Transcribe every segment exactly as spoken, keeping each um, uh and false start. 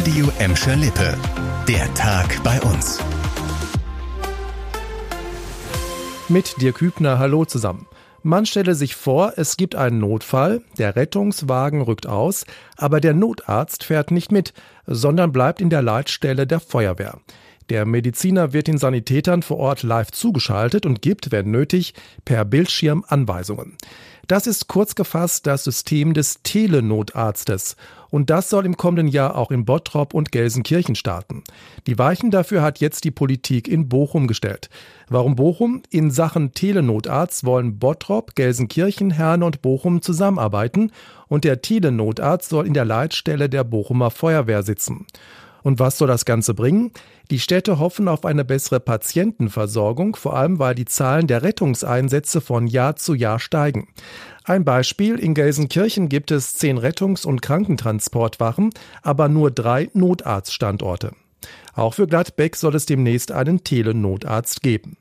Radio Emscher Lippe. Der Tag bei uns. Mit Dirk Hübner, hallo zusammen. Man stelle sich vor, es gibt einen Notfall, der Rettungswagen rückt aus, aber der Notarzt fährt nicht mit, sondern bleibt in der Leitstelle der Feuerwehr. Der Mediziner wird den Sanitätern vor Ort live zugeschaltet und gibt, wenn nötig, per Bildschirm Anweisungen. Das ist kurz gefasst das System des Telenotarztes. Und das soll im kommenden Jahr auch in Bottrop und Gelsenkirchen starten. Die Weichen dafür hat jetzt die Politik in Bochum gestellt. Warum Bochum? In Sachen Telenotarzt wollen Bottrop, Gelsenkirchen, Herne und Bochum zusammenarbeiten. Und der Telenotarzt soll in der Leitstelle der Bochumer Feuerwehr sitzen. Und was soll das Ganze bringen? Die Städte hoffen auf eine bessere Patientenversorgung, vor allem weil die Zahlen der Rettungseinsätze von Jahr zu Jahr steigen. Ein Beispiel: In Gelsenkirchen gibt es zehn Rettungs- und Krankentransportwachen, aber nur drei Notarztstandorte. Auch für Gladbeck soll es demnächst einen Telenotarzt geben.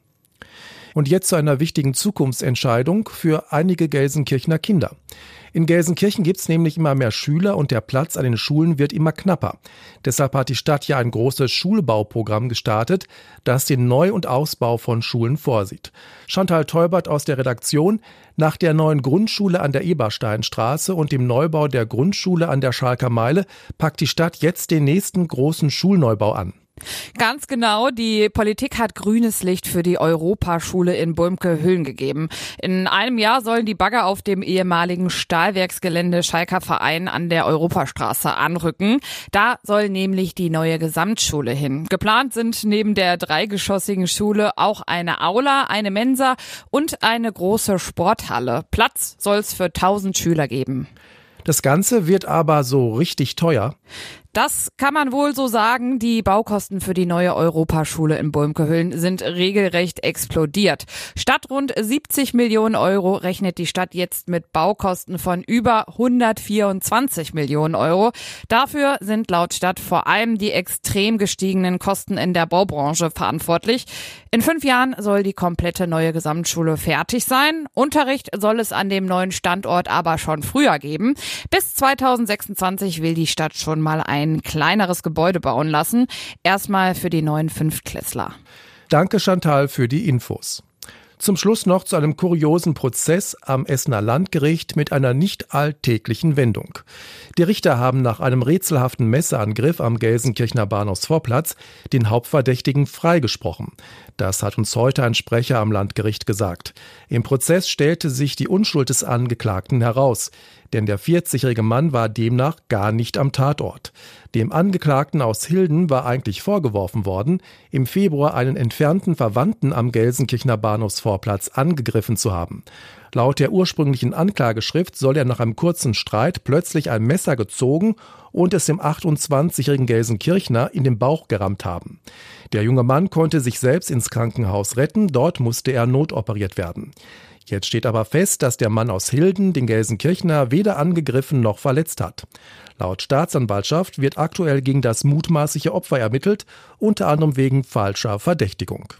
Und jetzt zu einer wichtigen Zukunftsentscheidung für einige Gelsenkirchener Kinder. In Gelsenkirchen gibt es nämlich immer mehr Schüler und der Platz an den Schulen wird immer knapper. Deshalb hat die Stadt ja ein großes Schulbauprogramm gestartet, das den Neu- und Ausbau von Schulen vorsieht. Chantal Teubert aus der Redaktion: Nach der neuen Grundschule an der Ebersteinstraße und dem Neubau der Grundschule an der Schalker Meile packt die Stadt jetzt den nächsten großen Schulneubau an. Ganz genau, die Politik hat grünes Licht für die Europaschule in Bulmke-Hüllen gegeben. In einem Jahr sollen die Bagger auf dem ehemaligen Stahlwerksgelände Schalker Verein an der Europastraße anrücken. Da soll nämlich die neue Gesamtschule hin. Geplant sind neben der dreigeschossigen Schule auch eine Aula, eine Mensa und eine große Sporthalle. Platz soll es für tausend Schüler geben. Das Ganze wird aber so richtig teuer. Das kann man wohl so sagen. Die Baukosten für die neue Europaschule in Bulmke-Hüllen sind regelrecht explodiert. Statt rund siebzig Millionen Euro rechnet die Stadt jetzt mit Baukosten von über hundertvierundzwanzig Millionen Euro. Dafür sind laut Stadt vor allem die extrem gestiegenen Kosten in der Baubranche verantwortlich. In fünf Jahren soll die komplette neue Gesamtschule fertig sein. Unterricht soll es an dem neuen Standort aber schon früher geben. Bis zweitausendsechsundzwanzig will die Stadt schon mal ein ein kleineres Gebäude bauen lassen. Erstmal für die neuen Fünftklässler. Danke Chantal für die Infos. Zum Schluss noch zu einem kuriosen Prozess am Essener Landgericht mit einer nicht alltäglichen Wendung. Die Richter haben nach einem rätselhaften Messerangriff am Gelsenkirchener Bahnhofsvorplatz den Hauptverdächtigen freigesprochen. Das hat uns heute ein Sprecher am Landgericht gesagt. Im Prozess stellte sich die Unschuld des Angeklagten heraus, denn der vierzigjährige Mann war demnach gar nicht am Tatort. Dem Angeklagten aus Hilden war eigentlich vorgeworfen worden, im Februar einen entfernten Verwandten am Gelsenkirchener Bahnhofsvorplatz angegriffen zu haben. Laut der ursprünglichen Anklageschrift soll er nach einem kurzen Streit plötzlich ein Messer gezogen und es dem achtundzwanzigjährigen Gelsenkirchner in den Bauch gerammt haben. Der junge Mann konnte sich selbst ins Krankenhaus retten, dort musste er notoperiert werden. Jetzt steht aber fest, dass der Mann aus Hilden den Gelsenkirchner weder angegriffen noch verletzt hat. Laut Staatsanwaltschaft wird aktuell gegen das mutmaßliche Opfer ermittelt, unter anderem wegen falscher Verdächtigung.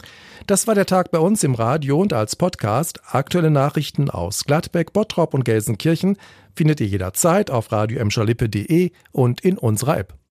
Das war der Tag bei uns im Radio und als Podcast. Aktuelle Nachrichten aus Gladbeck, Bottrop und Gelsenkirchen findet ihr jederzeit auf radio emscher lippe punkt de und in unserer App.